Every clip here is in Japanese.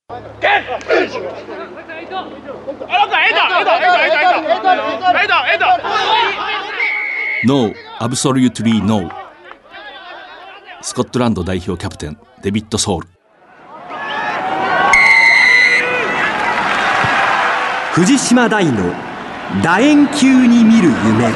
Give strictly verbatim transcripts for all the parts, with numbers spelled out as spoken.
No, absolutely no。 スコットランド代表キャプテンデビッド・ソール。 藤島大の楕円球に見る夢。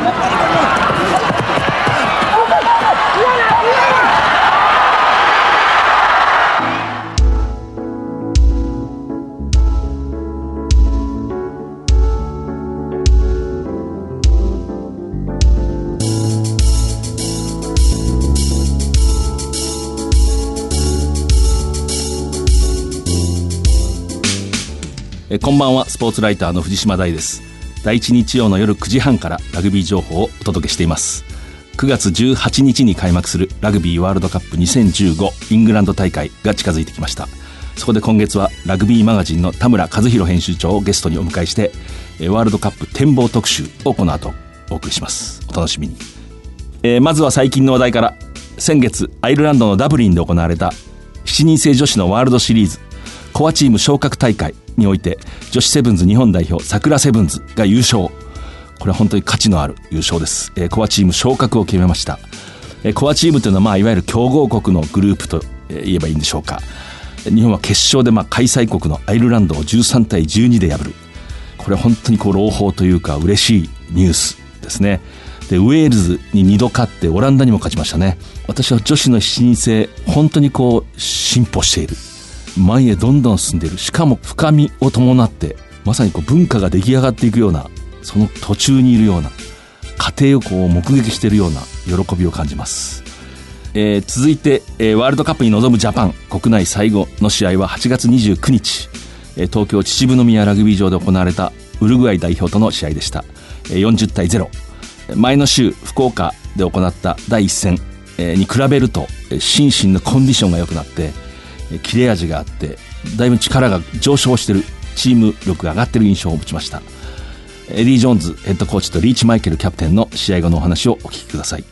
えこんばんは。スポーツライターの藤島大です。だいいち日曜の夜くじはんからラグビー情報をお届けしています。くがつじゅうはちにちに開幕するラグビーワールドカップにせんじゅうごイングランド大会が近づいてきました。そこで今月はラグビーマガジンの田村和弘編集長をゲストにお迎えしてワールドカップ展望特集をこの後お送りします。お楽しみに。えー、まずは最近の話題から。先月アイルランドのダブリンで行われたしちにん制女子のワールドシリーズコアチーム昇格大会において女子セブンズ日本代表桜セブンズが優勝。これは本当に価値のある優勝です。えー、コアチーム昇格を決めました。えー、コアチームというのはまあいわゆる強豪国のグループと言えばいいんでしょうか。日本は決勝でまあ開催国のアイルランドをじゅうさんたいじゅうにで破る。これは本当にこう朗報というか嬉しいニュースですね。でウェールズににど勝ってオランダにも勝ちましたね。私は女子のしちにん制本当にこう進歩している、前へどんどん進んでいる、しかも深みを伴ってまさにこう文化が出来上がっていくような、その途中にいるような、過程をこう目撃しているような喜びを感じます。えー、続いて、えー、ワールドカップに臨むジャパン国内最後の試合ははちがつにじゅうくにち、えー、東京秩父宮ラグビー場で行われたウルグアイ代表との試合でした。えー、よんじゅうたいゼロ。前の週福岡で行っただいいっせんに比べると心身のコンディションが良くなって切れ味があってだいぶ力が上昇している、チーム力が上がっている印象を持ちました。エディ・ジョーンズヘッドコーチとリーチ・マイケルキャプテンの試合後のお話をお聞きください。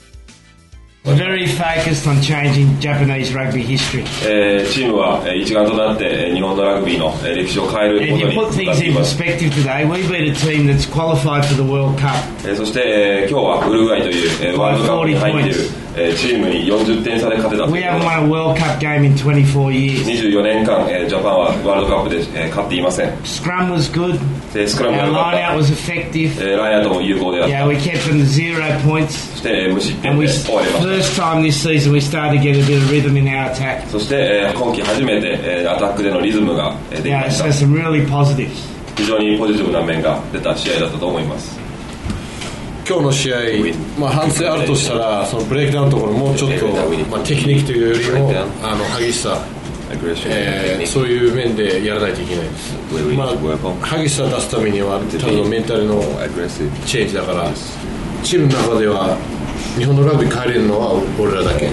We're very focused on changing Japanese rugby history. えー、チームは一丸となって日本のラグビーの歴史を変えることに And you put things in perspective today, we beat a team that's qualified for the World Cup. えー、そして、えー、今日はウルグアイという、えー、ワールドカップに入っている、えー、チームによんじゅってん差で勝てたという。 We haven't won a World Cup game in twenty-four years. にじゅうよねんかん、えー、ジャパンはワールドカップで、えー、勝っていません。 Scrum was good. でスクラムが Our 良かった。 line out was effective. えー、ラインアウトも有効であった。 Yeah, we kept them to zero points. そして、えー、無失点 And で we, 終わりました。 first time this season we started to get a bit of rhythm in our attack. そして、えー、今季初めて、えー、アタックでのリズムが、えー、でき Yeah, ました。 so some really positives. 非常にポジティブな面が出た試合だったと思います。 今日の試合、まあ、反省あるとしたらそのブレイクダウンのところもうちょっと、まあ、テクニックというよりもあの激しさ、えー、そういう面でやらないといけないです。まあ、激しさを出すためには多分メンタルのチェンジだから、チームの中では日本のラグビー変えれるのは俺らだけ。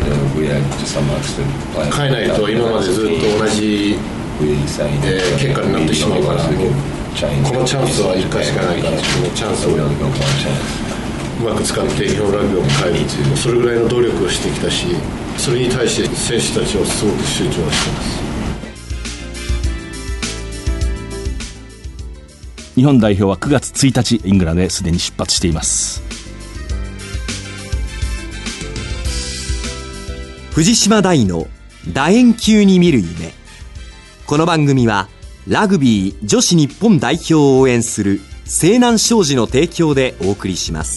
変えないと今までずっと同じ、えー、結果になってしまうから、このチャンスはいっかいしかないから、このチャンスをうまく使って日本ラグビーを変えるという、それぐらいの努力をしてきたし、それに対して選手たちはすごく集中はしています。 日本代表はくがつついたちイングランドですでに出発しています。 藤島大の楕円球に見る夢。この番組はラグビー女子日本代表を応援する西南商事の提供でお送りします。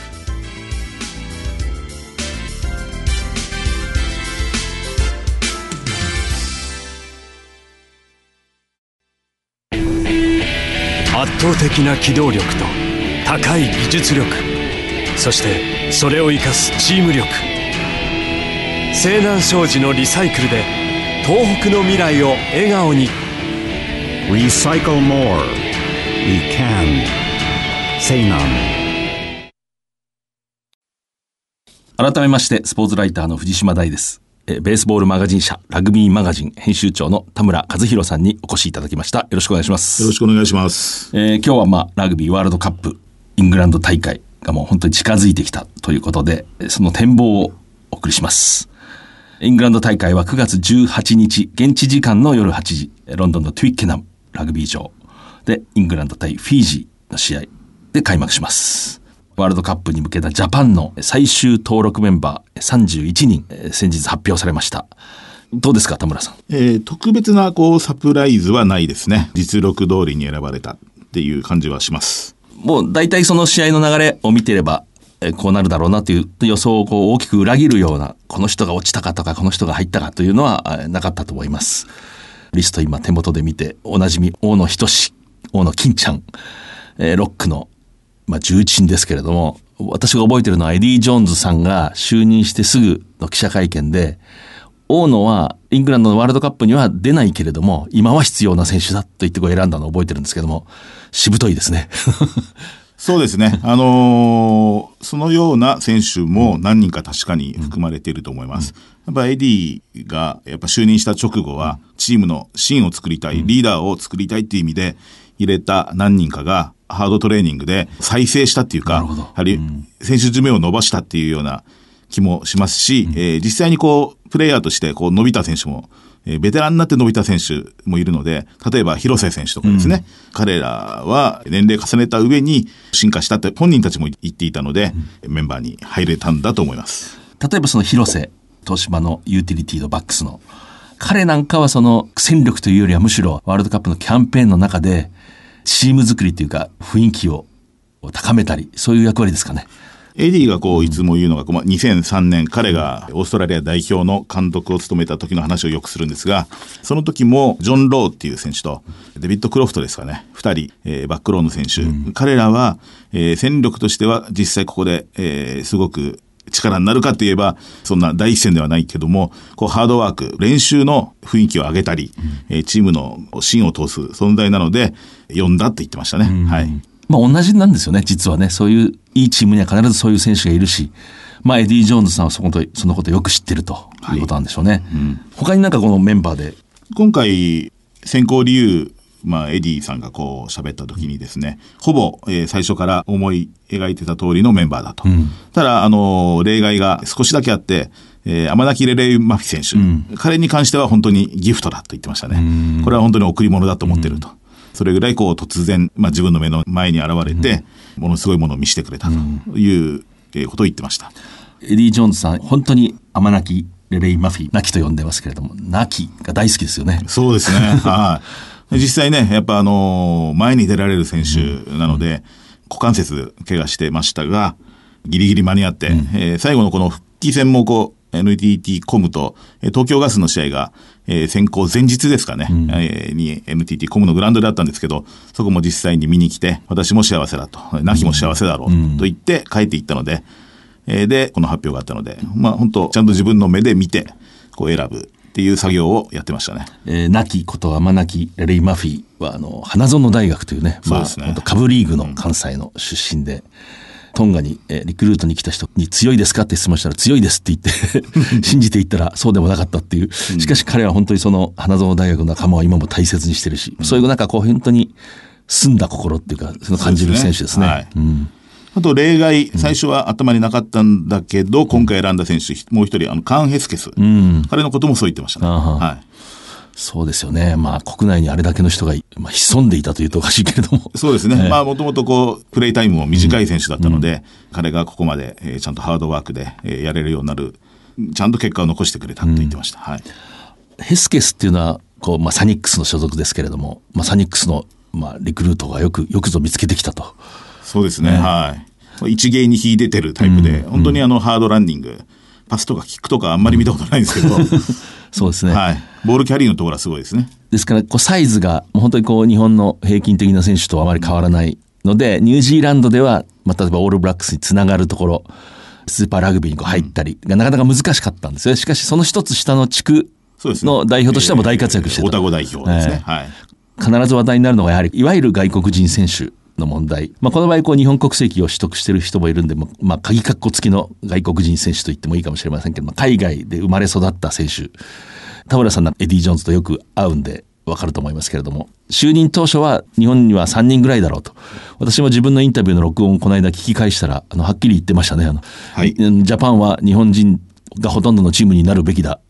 圧倒的な機動力と高い技術力、そしてそれを生かすチーム力。西南商事のリサイクルで東北の未来を笑顔に。 Recycle more. We can. 西南。 改めましてスポーツライターの藤島大です。ベースボールマガジン社ラグビーマガジン編集長の田村和弘さんにお越しいただきました。よろしくお願いします。 よろしくお願いします。 えー、今日はまあラグビーワールドカップイングランド大会がもう本当に近づいてきたということで、その展望をお送りします。 イングランド大会はくがつじゅうはちにち、現地時間の夜はちじ、ロンドンのトゥイッケナムラグビー場でイングランド対フィジーの試合で開幕します。ワールドカップに向けたジャパンの最終登録メンバーさんじゅういちにん、先日発表されました。どうですか、田村さん。 えー、特別なこうサプライズはないですね。実力通りに選ばれたっていう感じはします。 もう大体その試合の流れを見てれば、えー、こうなるだろうなという予想をこう大きく裏切るような、この人が落ちたかとかこの人が入ったかというのはなかったと思います。リスト今手元で見て、おなじみ大野仁、大野金ちゃん、えー、ロックのまあ、重鎮ですけれども、私が覚えているのはエディ・ジョーンズさんが就任してすぐの記者会見で、大野はイングランドのワールドカップには出ないけれども、今は必要な選手だと言ってこう選んだのを覚えてるんですけども、しぶといですね。 そうですね。あのー、そのような選手も何人か確かに含まれていると思います。やっぱエディがやっぱ就任した直後は、チームの芯を作りたい、リーダーを作りたいっていう意味で入れた何人かが、ハードトレーニングで再生したっていうか、やはり選手寿命を伸ばしたっていうような気もしますし、うん、えー、実際にこうプレイヤーとしてこう伸びた選手も、えー、ベテランになって伸びた選手もいるので、例えば広瀬選手とかですね、うん、彼らは年齢重ねた上に進化したって本人たちも言っていたので、うん、メンバーに入れたんだと思います。 例えばその広瀬、東芝のユーティリティのバックスの彼なんかはその戦力というよりはむしろワールドカップのキャンペーンの中でチーム作りというか雰囲気を高めたり、そういう役割ですかね。 エディがこういつも言うのが、にせんさんねん彼がオーストラリア代表の監督を務めた時の話をよくするんですが、その時もジョン・ローっていう選手とデビッド・クロフトですかね、ふたり、えー、バックローの選手、うん、彼らは、えー、戦力としては実際ここで、えー、すごく力になるかと言えばそんな第一線ではないけども、こうハードワーク、練習の雰囲気を上げたり、うん、えー、チームの芯を通す存在なので呼んだって言ってましたね、うん、はい。 まあ同じなんですよね、実はね。そういういいチームには必ずそういう選手がいるし、まあエディ・ジョーンズさんはそのこと、そのことをよく知ってるということなんでしょうね、はい、うん、他になんかこのメンバーで今回選考理由、まあエディさんがこう喋った時にですね、ほぼ、えー、最初から思い描いてた通りのメンバーだと、うん、ただあの例外が少しだけあって、えー、アマナキ・レレイ・マフィ選手、うん、彼に関しては本当にギフトだと言ってましたね、うん、これは本当に贈り物だと思ってると、うん、それぐらいこう突然、まあ、自分の目の前に現れて、うん、ものすごいものを見せてくれたということを言ってました、 うん、エディ・ジョーンズさん本当にアマナキ・レレイ・マフィナキと呼んでますけれども、ナキが大好きですよね。 そうですねはい、実際ね、やっぱあの前に出られる選手なので、うん、股関節怪我してましたがギリギリ間に合って、うん、えー、最後のこの復帰戦もこう エヌティーティー コムと東京ガスの試合が、えー、選考前日ですかね、うん、えー、に エヌティーティー コムのグラウンドであったんですけど、そこも実際に見に来て、私も幸せだと、ナキも幸せだろうと言って帰っていったので、えー、でこの発表があったので、まあ本当ちゃんと自分の目で見てこう選ぶっていう作業をやってましたね。 えー、ナキことアマナキ・レレイ・マフィはあの花園大学というね、 そうですね、 まあ、下部リーグの関西の出身で、うん、トンガに、えー、リクルートに来た人に強いですかって質問したら強いですって言って信じていったらそうでもなかったっていう。しかし彼は本当にその花園大学の仲間を今も大切にしてるし、うん、そういうなんかこう本当に澄んだ心っていうかその感じる選手ですね。はい、うん、 あと例外、最初は頭になかったんだけど、うん、今回選んだ選手もう一人あのカーン・ヘスケス、うん、彼のこともそう言ってましたね。はい、 そうですよね。まあ国内にあれだけの人が、まあ、潜んでいたというとおかしいけれども。 そうですね。えー、まあもともとこうプレイタイムも短い選手だったので、うん、彼がここまで、えー、ちゃんとハードワークで、えー、やれるようになる、ちゃんと結果を残してくれたと言ってました。うん、はい。 ヘスケスっていうのはこう、まあ、サニックスの所属ですけれども、まあ、サニックスの、まあ、リクルートがよくよくぞ見つけてきたと。 そうですね。ね、はい。一芸に秀でてるタイプで、うん、本当にあのハードランディング、パスとかキックとかあんまり見たことないんですけど、うん、 そうですね、 はい、ボールキャリーのところはすごいですね。 ですからこうサイズが本当にこう日本の平均的な選手とはあまり変わらないので、ニュージーランドでは、まあ、例えばオールブラックスにつながるところ、スーパーラグビーにこう入ったりがなかなか難しかったんですよ。しかしその一つ下の地区の代表としても大活躍してた。 オタゴ代表ですね、はい、 必ず話題になるのがやはりいわゆる外国人選手の問題、まあ、この場合こう日本国籍を取得している人もいるんで、まあ、鍵括弧付きの外国人選手と言ってもいいかもしれませんけど、まあ、海外で生まれ育った選手、田村さんはエディ・ジョーンズとよく会うんで分かると思いますけれども、就任当初は日本にはさんにんぐらいだろうと、私も自分のインタビューの録音をこの間聞き返したらあのはっきり言ってましたね。あの、はい、ジャパンは日本人がほとんどのチームになるべきだ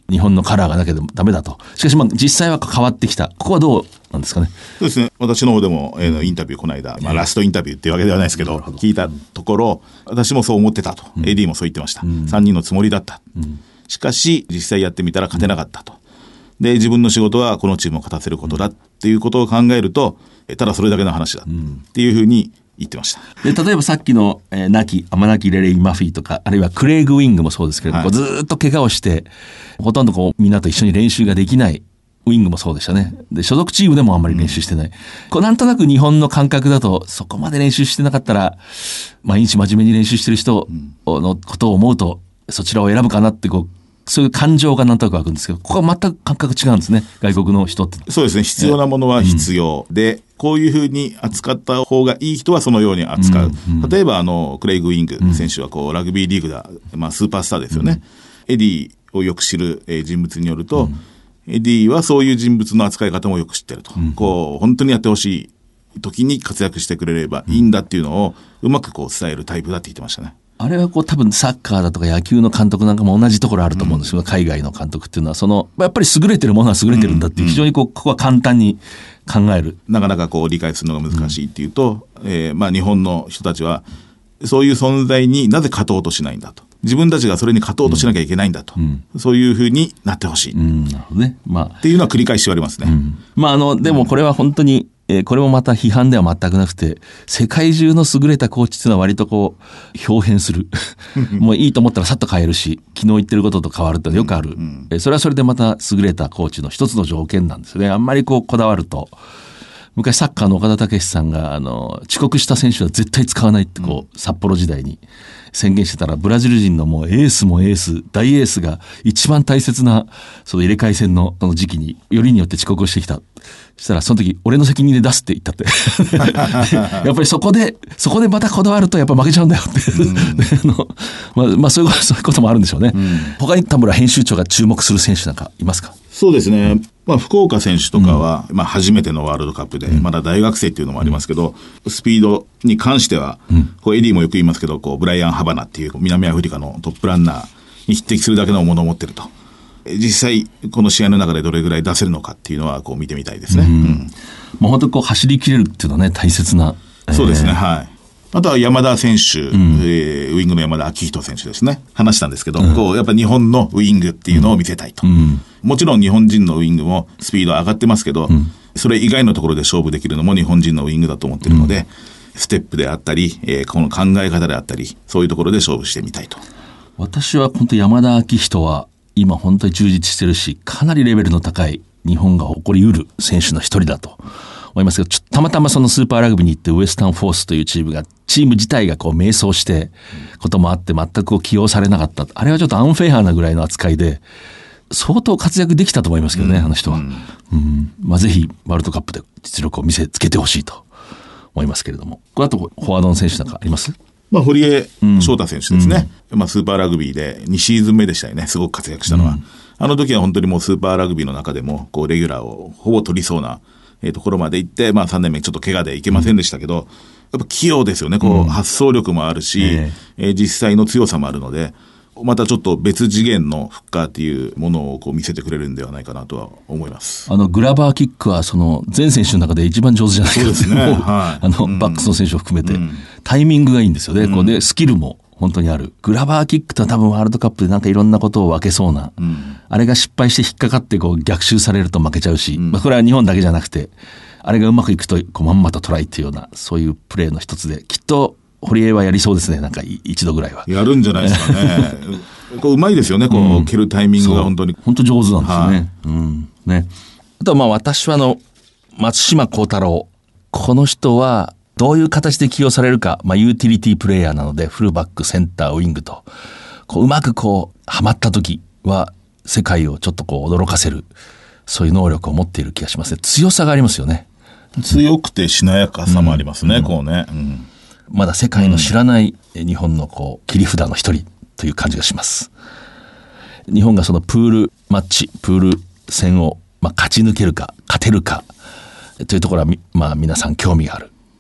日本のカラーがなきゃダメだと。しかしまあ実際は変わってきた。ここはどうなんですかね。 そうですね。私の方でも、えー、インタビューこの間、まあ、ラストインタビューっていうわけではないですけど、聞いたところ、私もそう思ってたと。うん、エーディー もそう言ってました。うん、さんにんのつもりだった。うん、しかし、実際やってみたら勝てなかったと。で、自分の仕事はこのチームを勝たせることだっていうことを考えると、ただそれだけの話だっていうふうに言ってました。 で、例えばさっきの、えー、ナキ、アマナキ・レレイ・マフィーとか、あるいはクレイグ・ウィングもそうですけれども、はい、ずーっと怪我をして、ほとんどこうみんなと一緒に練習ができないウィングもそうでしたね。で、所属チームでもあんまり練習してない。うん、こうなんとなく日本の感覚だと、そこまで練習してなかったら、毎日真面目に練習してる人のことを思うと、そちらを選ぶかなってこう、そういう感情がなんとなく湧くんですけど、ここは全く感覚違うんですね、外国の人って。 そうですね、必要なものは必要、うん、で、こういうふうに扱った方がいい人はそのように扱う。うんうん、例えば、あの、クレイグ・ウィング選手はこう、ラグビーリーグでは、まあ、スーパースターですよね。うん、エディをよく知る人物によると、うん、エディはそういう人物の扱い方もよく知ってると。うん、こう、本当にやってほしい時に活躍してくれればいいんだっていうのを、うまくこう伝えるタイプだって言ってましたね。 あれはこう多分サッカーだとか野球の監督なんかも同じところあると思うんですよ、うん、海外の監督っていうのはそのやっぱり優れてるものは優れてるんだっていう、非常にこうここは簡単に考える。 なかなかこう理解するのが難しいっていうと、うんえー、まあ日本の人たちはそういう存在になぜ勝とうとしないんだと、自分たちがそれに勝とうとしなきゃいけないんだと、うん、そういうふうになってほしい、うん、なるほどね、まあ、っていうのは繰り返し言われますね。うん、 まああのでもこれは本当にえー、これもまた批判では全くなくて、世界中の優れたコーチっていうのは割とこう表変するもういいと思ったらさっと変えるし、昨日言ってることと変わるってよくある、うんうんえー、それはそれでまた優れたコーチの一つの条件なんですよね。あんまりこうこだわると、昔サッカーの岡田武史さんがあの遅刻した選手は絶対使わないってこう、うん、札幌時代に宣言してたら、ブラジル人のもうエースもエース大エースが一番大切なその入れ替え戦のその時期によりによって遅刻をしてきた。そしたらその時俺の責任で出すって言ったってやっぱりそこでそこでまたこだわるとやっぱ負けちゃうんだよってうんあの、まあ、まあそういうことそういうこともあるんでしょうね。うん、他に田村編集長が注目する選手なんかいますか？ そうですね、まあ、福岡選手とかは、うんまあ、初めてのワールドカップで、うん、まだ大学生っていうのもありますけど、うん、スピードに関しては、うん、こうエディもよく言いますけど、こうブライアン・ハバナっていう南アフリカのトップランナーに匹敵するだけのものを持ってると。実際この試合の中でどれぐらい出せるのかっていうのはこう見てみたいですね。うんうん、 もう本当にこう走り切れるっていうのはね、大切な、 えー、そうですね、はい。あとは山田選手、うんえー、ウイングの山田昭仁選手ですね、話したんですけど、うん、こうやっぱ日本のウイングっていうのを見せたいと、うん、もちろん日本人のウイングもスピード上がってますけど、うん、それ以外のところで勝負できるのも日本人のウイングだと思ってるので、うん、ステップであったり、えー、この考え方であったり、そういうところで勝負してみたいと。 私は本当山田昭仁は今本当に充実してるし、かなりレベルの高い日本が誇りうる選手の一人だと思いますけど、ちょたまたまそのスーパーラグビーに行ってウエスタンフォースというチームがチーム自体がこう迷走してこともあって全くこう起用されなかった。あれはちょっとアンフェアなぐらいの扱いで相当活躍できたと思いますけどね、うん、あの人は、うんうん、まあぜひワールドカップで実力を見せつけてほしいと思いますけれども、これあとフォワードの選手なんかあります？ まあ、堀江翔太選手ですね、うんまあ、スーパーラグビーでにシーズン目でしたよね、すごく活躍したのは、うん、あの時は本当にもうスーパーラグビーの中でもこうレギュラーをほぼ取りそうなところまで行って、まあ、さんねんめちょっと怪我でいけませんでしたけど、やっぱ器用ですよね、こう、うん、発想力もあるし、えーえー、実際の強さもあるので、またちょっと別次元のフッカーっていうものをこう見せてくれるんではないかなとは思います。 あのグラバーキックはその全選手の中で一番上手じゃないかと。 そうですね、はい、 あのバックスの選手を含めて、うん、タイミングがいいんですよね、うん、こうでスキルも本当にある。グラバーキックとは多分ワールドカップでなんかいろんなことを分けそうな、うん、あれが失敗して引っかかってこう逆襲されると負けちゃうし、うんまあ、これは日本だけじゃなくてあれがうまくいくとこうまんまとトライっていうようなそういうプレーの一つで、きっと堀江はやりそうですね、なんか一度ぐらいはやるんじゃないですかねこううまいですよね、こう、うん、蹴るタイミングが本当に本当上手なんですよね、はいうんね、あとはまあ私はあの松島幸太郎、この人はどういう形で起用されるか、まあ、ユーティリティプレイヤーなのでフルバックセンターウィングとこううまくこうはまった時は世界をちょっとこう驚かせる、そういう能力を持っている気がしますね。強さがありますよね。 強くてしなやかさもありますね、うん、こうね、うん、 まだ世界の知らない日本のこう切り札の一人という感じがします。日本がそのプールマッチプール戦をまあ勝ち抜けるか勝てるかというところはまあ皆さん興味がある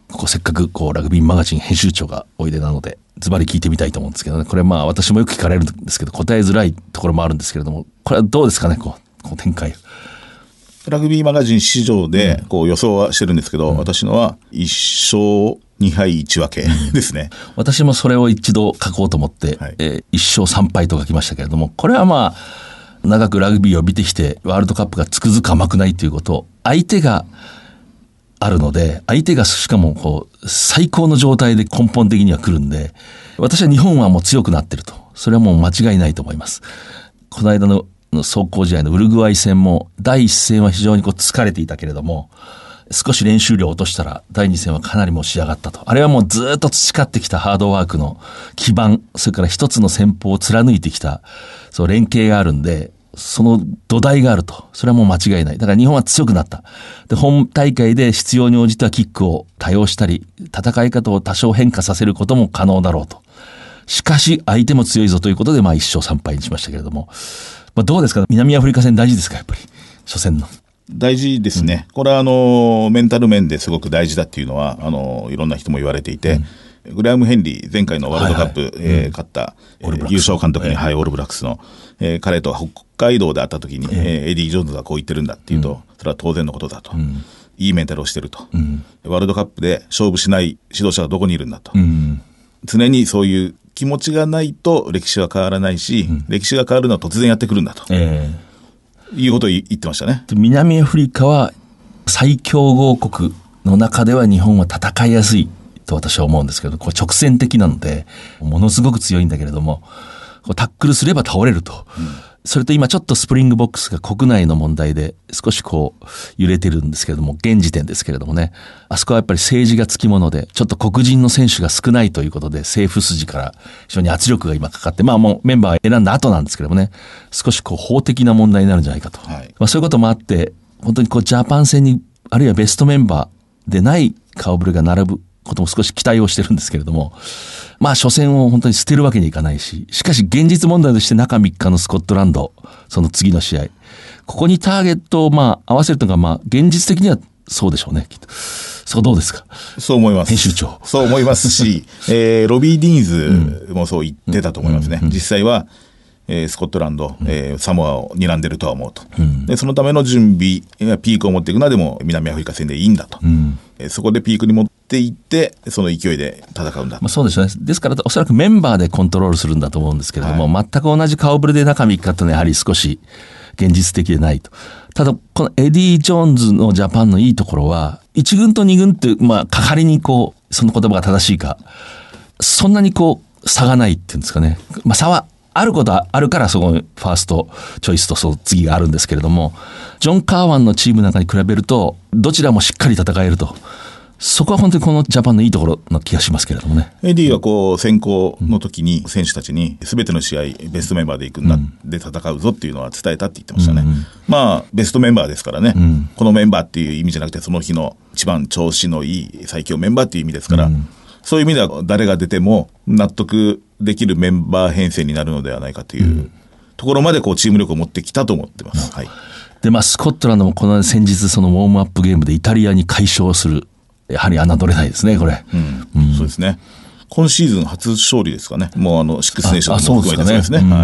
ここせっかくこうラグビーマガジン編集長がおいでなのでズバリ聞いてみたいと思うんですけどね。これまあ私もよく聞かれるんですけど答えづらいところもあるんですけれども、これはどうですかね、こう、こう展開。 ラグビーマガジン市場でこう予想はしてるんですけど、うん、私のはいっ勝に敗いち分けですね。 私もそれを一度書こうと思って、はい、えー、いっ勝さん敗と書きましたけれども、これはまあ長くラグビーを見てきてワールドカップがつくづく甘くないということを、相手があるので、相手がしかもこう最高の状態で根本的には来るんで、私は日本はもう強くなってると、それはもう間違いないと思います。この間の壮行試合のウルグアイ戦も第一戦は非常にこう疲れていたけれども、少し練習量を落としたら第二戦はかなりもう仕上がったと。あれはもうずっと培ってきたハードワークの基盤、それから一つの戦法を貫いてきたそう連携があるんで、その土台があると。それはもう間違いない。だから日本は強くなった。で、本大会で必要に応じたキックを多用したり、戦い方を多少変化させることも可能だろうと。しかし相手も強いぞということで、まあいっ勝さん敗にしましたけれども、まあ、どうですか、南アフリカ戦大事ですか、やっぱり初戦の。 大事ですね、うん、これはあのメンタル面ですごく大事だっていうのはあのいろんな人も言われていて、うん、グラハム・ヘンリー前回のワールドカップ、はいはい、えー、勝った、うん、えー、優勝監督に、はい、オールブラックスの、えー、彼と北海道で会った時に、えーえー、エディ・ジョーンズがこう言ってるんだっていうと、うん、それは当然のことだと、うん、いいメンタルをしてると、うん、ワールドカップで勝負しない指導者はどこにいるんだと、うん、常にそういう気持ちがないと歴史は変わらないし、うん、歴史が変わるのは突然やってくるんだと、えー、いうことを言ってましたね。 南アフリカは最強豪国の中では日本は戦いやすいと私は思うんですけど、こう直線的なのでものすごく強いんだけれども、こうタックルすれば倒れると、うん、それと今ちょっとスプリングボックスが国内の問題で少しこう揺れてるんですけれども、現時点ですけれどもね、あそこはやっぱり政治がつきもので、ちょっと黒人の選手が少ないということで政府筋から非常に圧力が今かかって、まあもうメンバー選んだ後なんですけれどもね、少しこう法的な問題になるんじゃないかと、はい、まあ、そういうこともあって本当にこうジャパン戦にあるいはベストメンバーでない顔ぶれが並ぶことも少し期待をしてるんですけれども、まあ初戦を本当に捨てるわけにいかないし、しかし現実問題として中みっかのスコットランド、その次の試合、ここにターゲットをまあ合わせるというのが、まあ現実的にはそうでしょうね、きっと。そうどうですか。 そう思います。 編集長。 そう思いますし、えー、ロビー・ディーンズもそう言ってたと思いますね。うんうんうん、実際は、えー、スコットランド、えー、サモアを睨んでるとは思うと、うん、でそのための準備、ピークを持っていくのはでも南アフリカ戦でいいんだと、うん、えー、そこでピークに持っていってその勢いで戦うんだと、 まあ、そうですよね。ですからおそらくメンバーでコントロールするんだと思うんですけれども、はい、全く同じ顔ぶれで中みっかというのはやはり少し現実的でないと。ただこのエディ・ジョーンズのジャパンのいいところはいち軍とに軍って、まあ、仮にこうその言葉が正しいか、そんなにこう差がないっていうんですかね、まあ、差はあることはあるからそこのファーストチョイスとその次があるんですけれども、ジョン・カーワンのチームなんかに比べるとどちらもしっかり戦えると、そこは本当にこのジャパンのいいところの気がしますけれどもね。 エディはこう選考の時に選手たちに全ての試合ベストメンバーで行くんだ、うん、で戦うぞっていうのは伝えたって言ってましたね、うんうん、まあベストメンバーですからね、うん、このメンバーっていう意味じゃなくてその日の一番調子のいい最強メンバーっていう意味ですから、うん、そういう意味では誰が出ても納得できるメンバー編成になるのではないかというところまでこうチーム力を持ってきたと思ってます、うん、はい。 で、まあ、スコットランドもこの先日そのウォームアップゲームでイタリアに快勝する、やはり侮れないですねこれ、 うんうん、そうですね。今シーズン初勝利ですかね。もうあのシックスネーションも含めてそうですね、はい、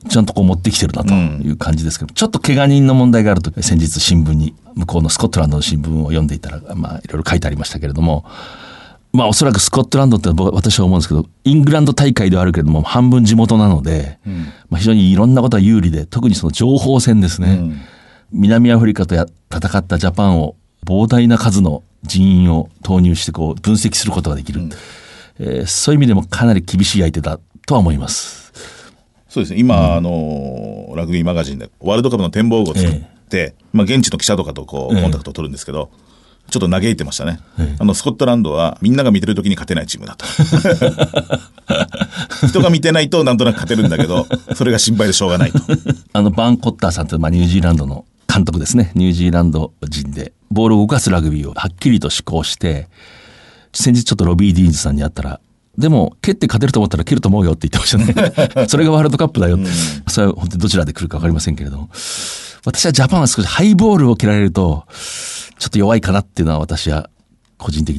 ちゃんとこう持ってきてるなという感じですけど、うん、ちょっと怪我人の問題があると先日新聞に向こうのスコットランドの新聞を読んでいたら、まあ、いろいろ書いてありましたけれども、まあおそらくスコットランドって私は思うんですけど、イングランド大会ではあるけれども半分地元なので、うん、まあ、非常にいろんなことは有利で、特にその情報戦ですね、うん、南アフリカとや戦ったジャパンを膨大な数の人員を投入してこう分析することができる、うん、えー、そういう意味でもかなり厳しい相手だとは思います。 そうですね。今、うん、あのラグビーマガジンでワールドカップの展望を作って、ええ、まあ、現地の記者とかとこうコンタクトを取るんですけど、ええ、ちょっと嘆いてましたね、ええ、あのスコットランドはみんなが見てる時に勝てないチームだと人が見てないとなんとなく勝てるんだけどそれが心配でしょうがないとあのバン・コッターさんという、まあ、ニュージーランドの監督ですね。ニュージーランド人でボールを動かすラグビーをはっきりと施行して、先日ちょっとロビー・ディーンズさんに会ったら、でも蹴って勝てると思ったら蹴ると思うよって言ってましたねそれがワールドカップだよって、うん、それは本当にどちらで来るか分かりませんけれども、私はジャパンは少しハイボールを蹴られるとちょっと弱いかなっていうのは私は個人的にね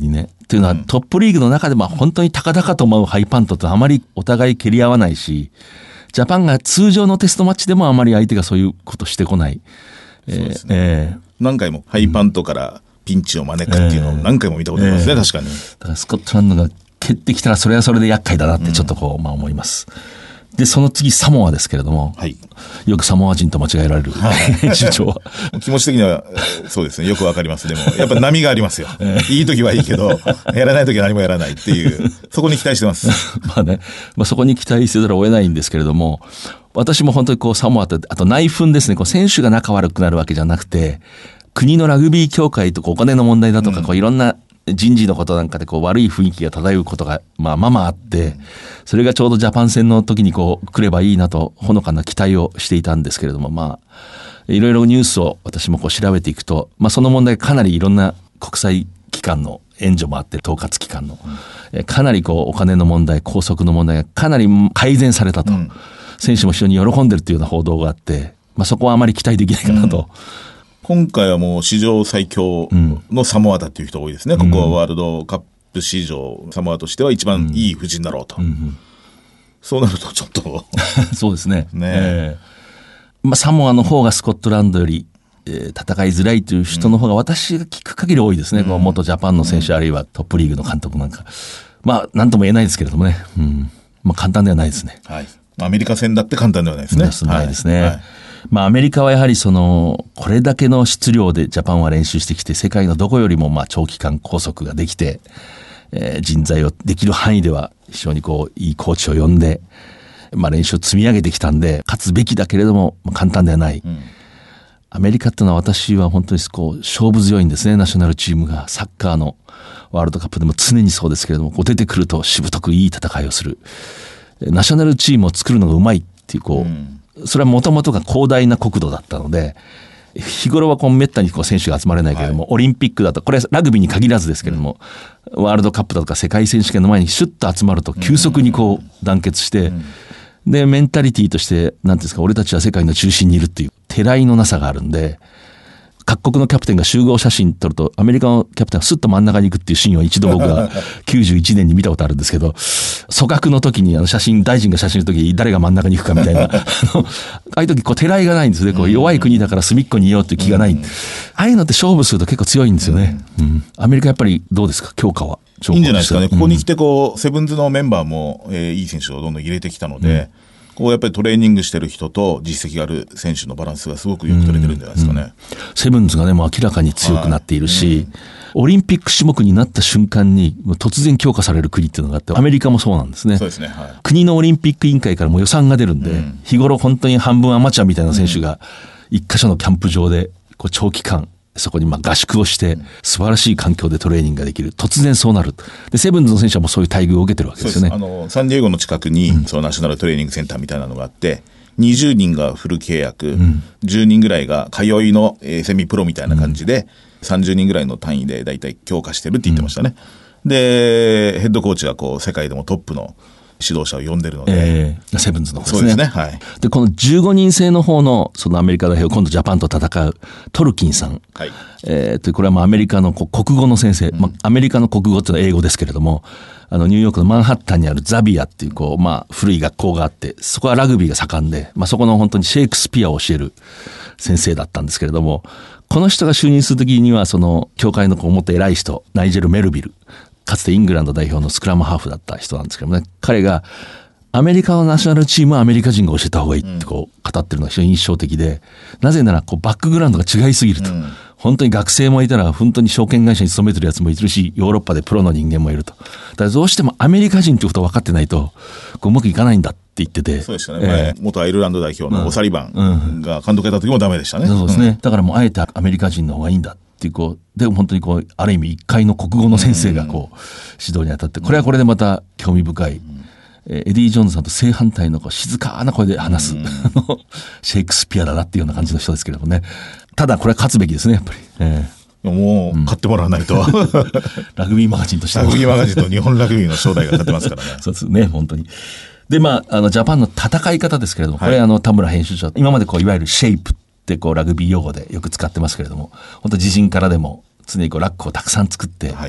というのは、うん、トップリーグの中でも本当に高々と舞うハイパントとあまりお互い蹴り合わないし、ジャパンが通常のテストマッチでもあまり相手がそういうことしてこない。 そうですね。えー、何回もハイパントからピンチを招くっていうのを何回も見たことありますね、えー、確かに。 だからスコットランドが蹴ってきたらそれはそれで厄介だなってちょっとこう、うん、まあ思います。で、その次サモアですけれども、はい、よくサモア人と間違えられる編集長は。 気持ち的にはそうですね、よくわかります。でも、やっぱ波がありますよ。いい時はいいけど、やらない時は何もやらないっていう、そこに期待してます。 まあね、まあそこに期待せざるを得ないんですけれども、私も本当にこうサモアって、あと内紛ですね、こう選手が仲悪くなるわけじゃなくて、国のラグビー協会とかお金の問題だとか、こういろんな人事のことなんかでこう悪い雰囲気が漂うことがまあまあまああって、それがちょうどジャパン戦の時にこう来ればいいなとほのかな期待をしていたんですけれども、まあいろいろニュースを私もこう調べていくと、まあその問題かなりいろんな国際機関の援助もあって、統括機関のかなりこうお金の問題、拘束の問題がかなり改善されたと、うん、選手も非常に喜んでるというような報道があって、まあそこはあまり期待できないかなと。うん、 今回はもう史上最強のサモアだっていう人多いですね。うん、ここはワールドカップ史上サモアとしては一番いい布陣だろうと。うんうん、そうなるとちょっとそうですね。 ねえーまあ、サモアの方がスコットランドより、えー、戦いづらいという人の方が私が聞く限り多いですね。うん、こう元ジャパンの選手、うん、あるいはトップリーグの監督なんか。まあ何とも言えないですけれどもね。うん、まあ簡単ではないですね。 はい。アメリカ戦だって簡単ではないですね。 ないですね。はいはい、まあアメリカはやはりそのこれだけの質量でジャパンは練習してきて、世界のどこよりもまあ長期間拘束ができて、えー、人材をできる範囲では非常にこういいコーチを呼んで、まあ練習を積み上げてきたんで勝つべきだけれども、まあ、簡単ではない。うん、アメリカってのは私は本当にこう勝負強いんですね。ナショナルチームがサッカーのワールドカップでも常にそうですけれども、こう出てくるとしぶとくいい戦いをする。ナショナルチームを作るのがうまいっていうこう、うんそれはもともとが広大な国土だったので、日頃はこうめったにこう選手が集まれないけれども、はい、オリンピックだと、これはラグビーに限らずですけれども、うん、ワールドカップだとか世界選手権の前にシュッと集まると急速にこう団結して、うん、で、メンタリティとして、なんていうんですか、俺たちは世界の中心にいるっていう、てらいのなさがあるんで、各国のキャプテンが集合写真撮ると、アメリカのキャプテンがスッと真ん中に行くっていうシーンを一度僕がきゅうじゅういちねんに見たことあるんですけど、組閣の時にあの写真、大臣が写真の時に誰が真ん中に行くかみたいな、あの、ああいう時こう、てらいがないんですね。こう、弱い国だから隅っこにいようっていう気がない。ああいうのって勝負すると結構強いんですよね。うん、アメリカやっぱりどうですか、強化は。 いいんじゃないですかね。ここに来てこう、セブンズのメンバーも、えー、いい選手をどんどん入れてきたので、うんこうやっぱりトレーニングしてる人と実績がある選手のバランスがすごくよく取れてるんじゃないですかね。うんうん、 セブンズがね、もう明らかに強くなっているし、うん、オリンピック種目になった瞬間に突然強化される国っていうのがあって、アメリカもそうなんですね。 そうですね。はい、 国のオリンピック委員会からも予算が出るんで、うん、日頃本当に半分アマチュアみたいな選手が一箇所のキャンプ場でこう長期間そこにまあ合宿をして素晴らしい環境でトレーニングができる。突然そうなる。で、セブンズの選手はもうそういう待遇を受けてるわけですよね。 そうです。あの、サンディエゴの近くに、うん、そのナショナルトレーニングセンターみたいなのがあって、にじゅうにんがフル契約、うん、じゅうにんぐらいが通いの、えー、セミプロみたいな感じで、うん、さんじゅうにんぐらいの単位でだいたい強化してるって言ってましたね。うん、で、ヘッドコーチはこう、世界でもトップの指導者を呼んでるので、 えー、セブンズの方ですね。 そうですね。はい。 で、このじゅうごにん制の方の、そのアメリカ代表、今度ジャパンと戦うトルキンさん。はい。えー、と、これはまあアメリカの国語の先生、うん、まあ、アメリカの国語っていうのは英語ですけれども、あの、ニューヨークのマンハッタンにあるザビアっていう、こう、まあ、古い学校があって、そこはラグビーが盛んで、まあ、そこの本当にシェイクスピアを教える先生だったんですけれども、この人が就任するときには、その、教会のこう、もっと偉い人、ナイジェル・メルビル、かつてイングランド代表のスクラムハーフだった人なんですけどもね、彼が、アメリカのナショナルチームはアメリカ人が教えた方がいいってこう語ってるのが非常に印象的で、なぜならこうバックグラウンドが違いすぎると、うん、本当に学生もいたら本当に証券会社に勤めてるやつもいるし、ヨーロッパでプロの人間もいると。だからどうしてもアメリカ人っていうことを分かってないとこううまくいかないんだって言ってて。 そうでしたね。えー、前元アイルランド代表のオサリバンが監督やった時もダメでしたね。 うんうん、そうですね。だからもうあえてアメリカ人の方がいいんだっていうこうで本当にこうある意味一回の国語の先生がこう指導に当たって、これはこれでまた興味深い。エディ・ジョーンズさんと正反対のこう静かな声で話す、うん、シェイクスピアだなっていうような感じの人ですけれどもね。ただこれは勝つべきですね、やっぱり。えー、もう、うん、勝ってもらわないと。 ラグビーマガジンとしてラグビーマガジンと日本ラグビーの正代が勝ってますからね。 そうですね、本当に。で、まあ、あの、ジャパンの戦い方ですけれども、これ、はい、あの、田村編集長、今までこう、いわゆるシェイプってこう、ラグビー用語でよく使ってますけれども、本当自陣からでも常にこう、ラックをたくさん作って、はい、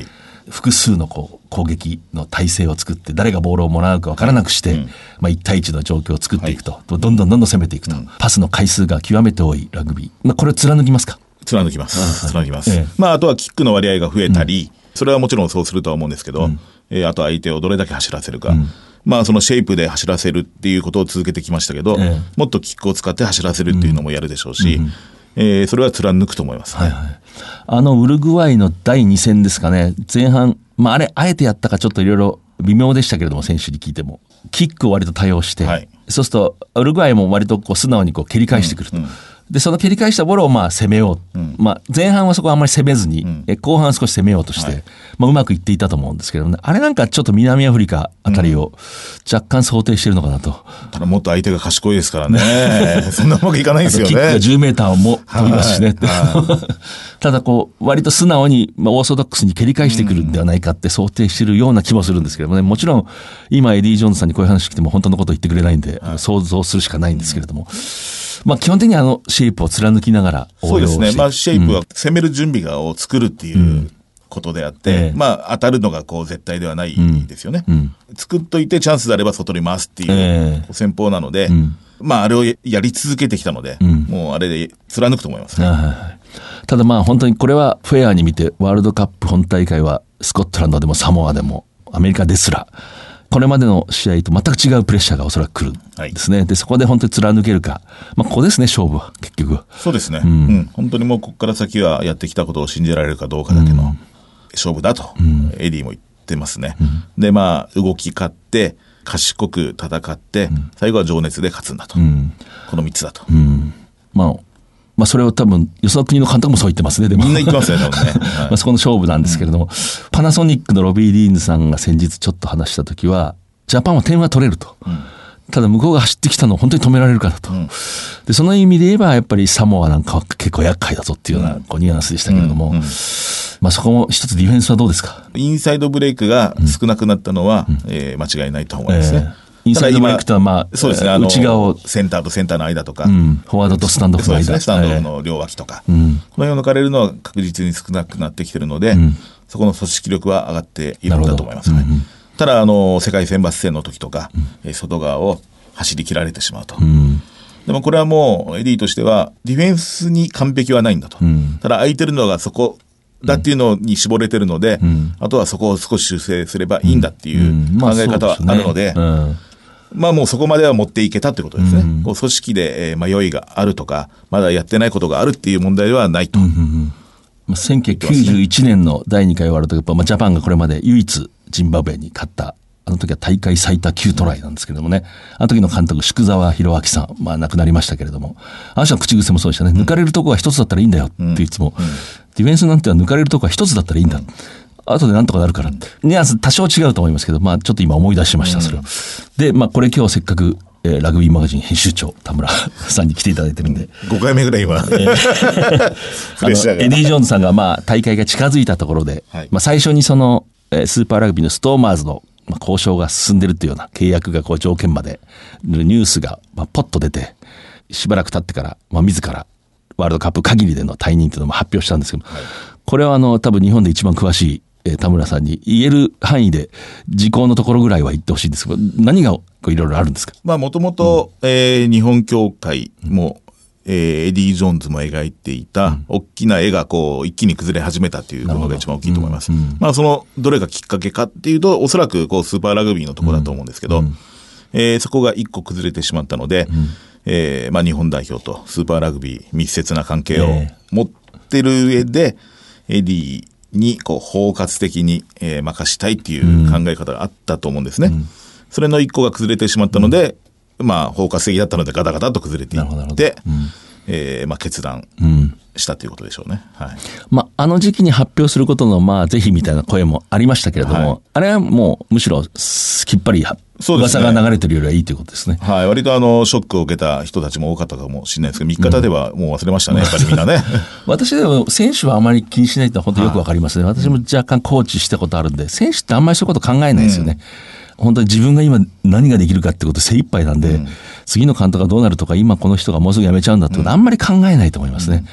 複数のこう攻撃の体制を作って誰がボールをもらうか分からなくして、うんまあ、いち対いちの状況を作っていくと、はい、どんどんどんどん攻めていくと、うん、パスの回数が極めて多いラグビー、まあ、これを貫きますか？ 貫きます。貫きます。ええ、まあ、あとはキックの割合が増えたり、うん、それはもちろんそうするとは思うんですけど、うんえー、あとは相手をどれだけ走らせるか、うん、まあそのシェイプで走らせるっていうことを続けてきましたけど、ええ、もっとキックを使って走らせるっていうのもやるでしょうし、うんえー、それは貫くと思います、ねはいはい、 あのウルグアイのだいに戦ですかね、前半、まあ、あれあえてやったかちょっといろいろ微妙でしたけれども、選手に聞いてもキックを割と多用して、はい、そうするとウルグアイも割とこう素直にこう蹴り返してくると、うんうんでその蹴り返したボールをまあ攻めよう、うんまあ、前半はそこはあんまり攻めずに、うん、え後半は少し攻めようとして、はいまあ、うまくいっていたと思うんですけどね、あれなんかちょっと南アフリカあたりを若干想定しているのかなと、 うん、ただもっと相手が賢いですからねそんなうまくいかないですよね。 キックがじゅうメーターも飛びますしね、はいはい、ただこう割と素直に、まあ、オーソドックスに蹴り返してくるんではないかって想定しているような気もするんですけどもね、もちろん今エディ・ジョーンズさんにこういう話聞いても本当のことを言ってくれないんで、はい、想像するしかないんですけれども、まあ、基本的にあのシェイプを貫きながら応用して、 そうですね、まあ、シェイプは攻める準備を作るっていうことであって、うんええ、まあ、当たるのがこう絶対ではないですよね、うんうん、作っといてチャンスであれば外に回すっていう戦法なので、ええまあ、あれをやり続けてきたので、うん、もうあれで貫くと思いますね、はいはい、 ただまあ本当にこれはフェアに見てワールドカップ本大会はスコットランドでもサモアでもアメリカですらこれまでの試合と全く違うプレッシャーがおそらく来るんですね、はい、でそこで本当に貫けるか、まあ、ここですね勝負は結局そうですね、うんうん、本当にもうここから先はやってきたことを信じられるかどうかだけの勝負だと、うん、エディも言ってますね、うん、でまあ動き勝って賢く戦って、うん、最後は情熱で勝つんだと、うん、このみっつだと、うんまあまあ、それを多分よその国の監督もそう言ってますね。でもみんな言ってますね多分ね、はい、 まあそこの勝負なんですけれども、うん、パナソニックのロビー・ディーンズさんが先日ちょっと話した時はジャパンは点は取れると、うん、ただ向こうが走ってきたのを本当に止められるかだと、うん、でその意味で言えばやっぱりサモアなんかは結構厄介だぞっていうようなこうニュアンスでしたけれども、うんうんうんまあ、そこも一つディフェンスはどうですか？ インサイドブレイクが少なくなったのは、うんえー、間違いないと思いますね、えーインサイドブレイクとはまあそうですね、あの内側をセンターとセンターの間とか、うん、 フォワードとスタンドオフの間、 そうですね、スタンドオフの両脇とか、えーうん、この辺を抜かれるのは確実に少なくなってきているので、うん、そこの組織力は上がっているんだと思います、ねうんうん、ただあの世界選抜戦の時とか、うん、外側を走り切られてしまうと、うん、でもこれはもうエディとしてはディフェンスに完璧はないんだと、うん、ただ空いてるのがそこだっていうのに絞れてるので、うん、あとはそこを少し修正すればいいんだっていう考え方はあるので、うんうんまあもうそこまでは持っていけたってことですね、うん、こう組織で、えー、迷いがあるとかまだやってないことがあるっていう問題ではないと、うんうんうんまあ、せんきゅうひゃくきゅうじゅういちねんのだいにかいワールドカップは、まあ、ジャパンがこれまで唯一ジンバブエに勝ったあの時は大会最多きゅうトライなんですけれどもね、あの時の監督宿澤弘明さん、まあ亡くなりましたけれども、あの人の口癖もそうでしたね、うん、抜かれるとこは一つだったらいいんだよっていつも、うんうん、ディフェンスなんては抜かれるとこは一つだったらいいんだ、うん後でなんとかなるからってニュアンス多少違うと思いますけど、まあちょっと今思い出しましたそれを、うん、でまあこれ今日せっかく、えー、ラグビーマガジン編集長田村さんに来ていただいてるんでごかいめぐらい今、えー、プレッシャーがエディ・ジョーンズさんがまあ大会が近づいたところで、はいまあ、最初にその、えー、スーパーラグビーのストーマーズの、まあ、交渉が進んでるっていうような契約がこう条件までニュースが、まあ、ポッと出てしばらく経ってから、まあ、自らワールドカップ限りでの退任というのも発表したんですけど、はい、これはあの多分日本で一番詳しい田村さんに言える範囲で時効のところぐらいは言ってほしいんですけど、何がいろいろあるんですか？ まあもともと日本協会も、うん、えー、エディ・ジョーンズも描いていた、うん、大きな絵がこう一気に崩れ始めたっていうのが一番大きいと思います、うんうん、まあそのどれがきっかけかっていうとおそらくこうスーパーラグビーのところだと思うんですけど、うんえー、そこが一個崩れてしまったので、うんえーまあ、日本代表とスーパーラグビー密接な関係を持ってる上で、えー、エディにこう包括的に、えー、任したいっていう考え方があったと思うんですね、うん、それの一個が崩れてしまったので、うん、まあ包括的だったのでガタガタと崩れていって、うんえーまあ、決断したということでしょうね、はいまあ、あの時期に発表することのまあ是非みたいな声もありましたけれども、はい、あれはもうむしろきっぱり噂が流れてるよりはいいということですね。 はい、割とあのショックを受けた人たちも多かったかもしれないですけど、みっか経てばもう忘れましたね、うん、やっぱりみんなね。 私でも選手はあまり気にしないって本当によくわかりますね。私も若干コーチしたことあるんで、選手ってあんまりそういうこと考えないですよね。うん、本当に自分が今何ができるかってこと精一杯なんで、うん、次の監督がどうなるとか、今この人がもうすぐ辞めちゃうんだってことあんまり考えないと思いますね。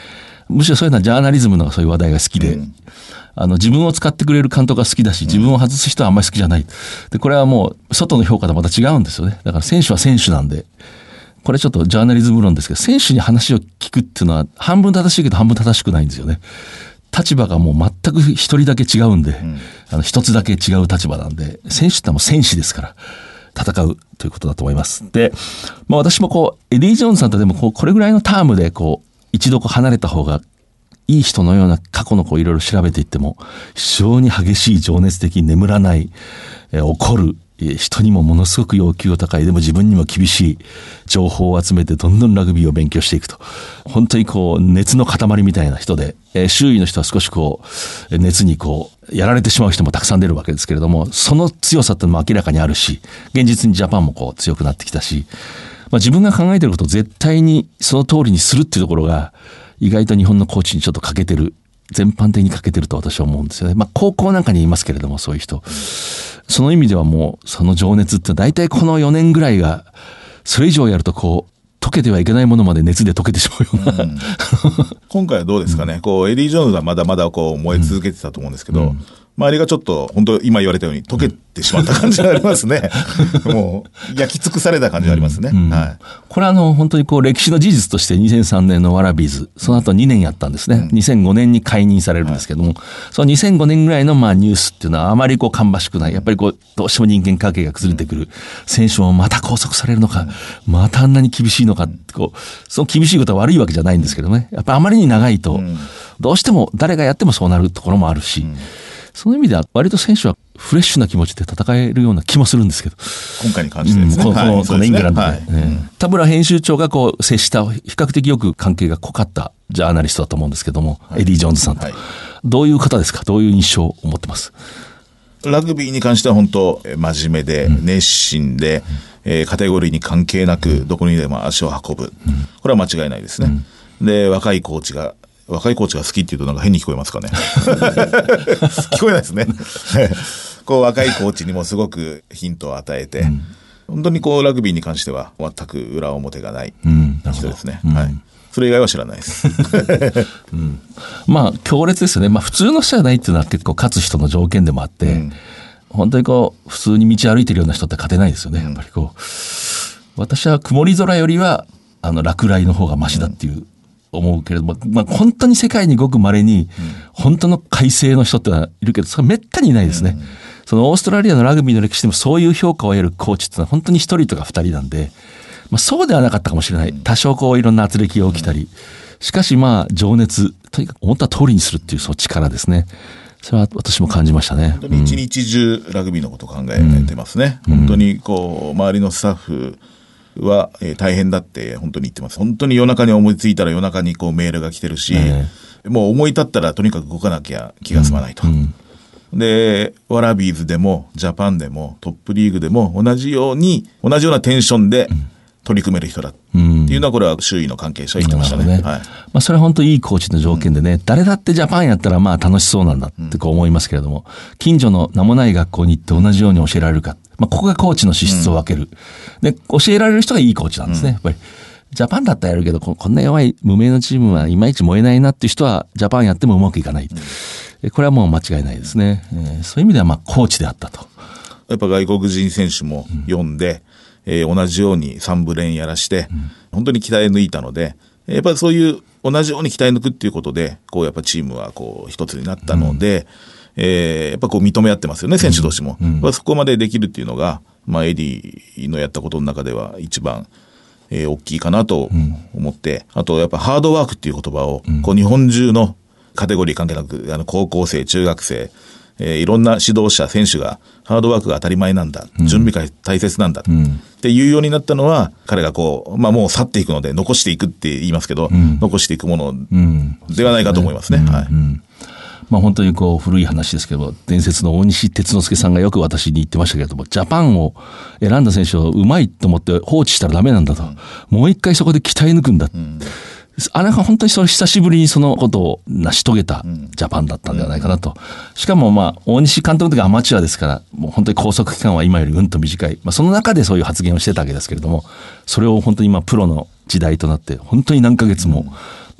むしろそういうのはジャーナリズムのそういう話題が好きで、うん、あの自分を使ってくれる監督が好きだし、自分を外す人はあんまり好きじゃない。で、これはもう外の評価とまた違うんですよね。だから選手は選手なんで、これちょっとジャーナリズム論ですけど、選手に話を聞くっていうのは半分正しいけど半分正しくないんですよね。立場がもう全く一人だけ違うんで、うん、あの一つだけ違う立場なんで、選手ってもう戦士ですから戦うということだと思います。で、まあ私もこうエディ・ジョーンズさんとでもこうこれぐらいのタームでこう一度こう離れた方がいい人のような過去のこういろいろ調べていっても、非常に激しい情熱的に眠らない、えー、怒る、人にもものすごく要求が高い、でも自分にも厳しい情報を集めてどんどんラグビーを勉強していくと、本当にこう熱の塊みたいな人で、えー、周囲の人は少しこう熱にこうやられてしまう人もたくさん出るわけですけれども、その強さっていうのも明らかにあるし、現実にジャパンもこう強くなってきたし、まあ、自分が考えていることを絶対にその通りにするっていうところが意外と日本のコーチにちょっと欠けてる、全般的に欠けてると私は思うんですよね。まあ高校なんかにいますけれども、そういう人、その意味ではもうその情熱って大体このよねんぐらいが、それ以上やるとこう溶けてはいけないものまで熱で溶けてしまうような、うん、 今回はどうですかね、うん、こうエディ・ジョーンズはまだまだこう燃え続けてたと思うんですけど、うん、周りがちょっと本当今言われたように溶けてしまった感じがありますね。もう焼き尽くされた感じがありますね、うんうん、はい、 これはあの本当にこう歴史の事実としてにせんさんねんのワラビーズ、その後にねんやったんですね、うん、にせんごねんに解任されるんですけども、はい、そのにせんごねんぐらいのまあニュースっていうのはあまりこう芳しくない、やっぱりこうどうしても人間関係が崩れてくる、選手もまた拘束されるのか、うん、またあんなに厳しいのかってこう、その厳しいことは悪いわけじゃないんですけどね、やっぱりあまりに長いとどうしても誰がやってもそうなるところもあるし、うん、その意味では割と選手はフレッシュな気持ちで戦えるような気もするんですけど、 今回に関してですね、 うん、この、 はい、 このイングランドで、 はい、 ね、田村編集長がこう接した比較的よく関係が濃かったジャーナリストだと思うんですけども、はい、エディ・ジョーンズさんと、はい、どういう方ですか、どういう印象を持ってます？ ラグビーに関しては本当真面目で熱心で、うん、えー、カテゴリーに関係なくどこにでも足を運ぶ、うん、これは間違いないですね、うん、で若いコーチが若いコーチが好きっていうとなんか変に聞こえますかね。聞こえないですね。こう若いコーチにもすごくヒントを与えて、うん、本当にこうラグビーに関しては全く裏表がない人ですね、うん、はい、それ以外は知らないです。 うん、まあ強烈ですよね。まあ普通の人じゃないっていうのは結構勝つ人の条件でもあって、うん、本当にこう普通に道歩いてるような人って勝てないですよね、やっぱりこう。私は曇り空よりはあの落雷の方がマシだっていう、うん、思うけれども、まあ、本当に世界にごく稀に本当の快晴の人ってのはいるけど、それはめったにいないですね、うん、そのオーストラリアのラグビーの歴史でもそういう評価を得るコーチってのは本当に一人とか二人なんで、まあ、そうではなかったかもしれない。多少こういろんな圧力が起きたり、しかしまあ情熱、とにかく思った通りにするっていうその力ですね。それは私も感じましたね。 本当に一日中ラグビーのことを考えてますね、うん、本当にこう周りのスタッフは、えー、大変だって本当に言ってます。本当に夜中に思いついたら夜中にこうメールが来てるし、えー、もう思い立ったらとにかく動かなきゃ気が済まないと、うんうん、でワラビーズでもジャパンでもトップリーグでも同じように同じようなテンションで取り組める人だっていうのは、これは周囲の関係者は言ってましたね、ね、はい、まあ、それは本当にいいコーチの条件でね、うん、誰だってジャパンやったらまあ楽しそうなんだってこう思いますけれども、近所の名もない学校に行って同じように教えられるか、まあ、ここがコーチの資質を分ける、うん、で教えられる人がいいコーチなんですね、やっぱり。ジャパンだったらやるけど、こんな弱い無名のチームはいまいち燃えないなっていう人はジャパンやってもうまくいかない、うん、これはもう間違いないですね、えー、そういう意味ではまあコーチであったと。 やっぱ外国人選手も読んで、うん、えー、同じようにさん部練やらして、うん、本当に鍛え抜いたので、やっぱりそういう同じように鍛え抜くっていうことでこうやっぱチームはこう一つになったので、うん、えー、やっぱこう認め合ってますよね、選手同士も、うんうん、そこまでできるっていうのが、まあ、エディのやったことの中では一番、えー、大きいかなと思って、うん、あとやっぱハードワークっていう言葉を、うん、こう日本中のカテゴリー関係なくあの高校生中学生、えー、いろんな指導者選手がハードワークが当たり前なんだ、うん、準備が大切なんだ、うん、っていうようになったのは彼がこう、まあ、もう去っていくので残していくって言いますけど、うん、残していくものではないかと思いますね、うん、はい、うん、 まあ、本当にこう古い話ですけど、伝説の大西哲之助さんがよく私に言ってましたけれども、ジャパンを選んだ選手をうまいと思って放置したらダメなんだと、うん、もう一回そこで鍛え抜くんだ、うん、あれが本当にそれ久しぶりにそのことを成し遂げたジャパンだったんではないかなと。しかもまあ大西監督の時はアマチュアですから、もう本当に拘束期間は今よりうんと短い、まあ、その中でそういう発言をしてたわけですけれども、それを本当に今プロの時代となって本当に何ヶ月も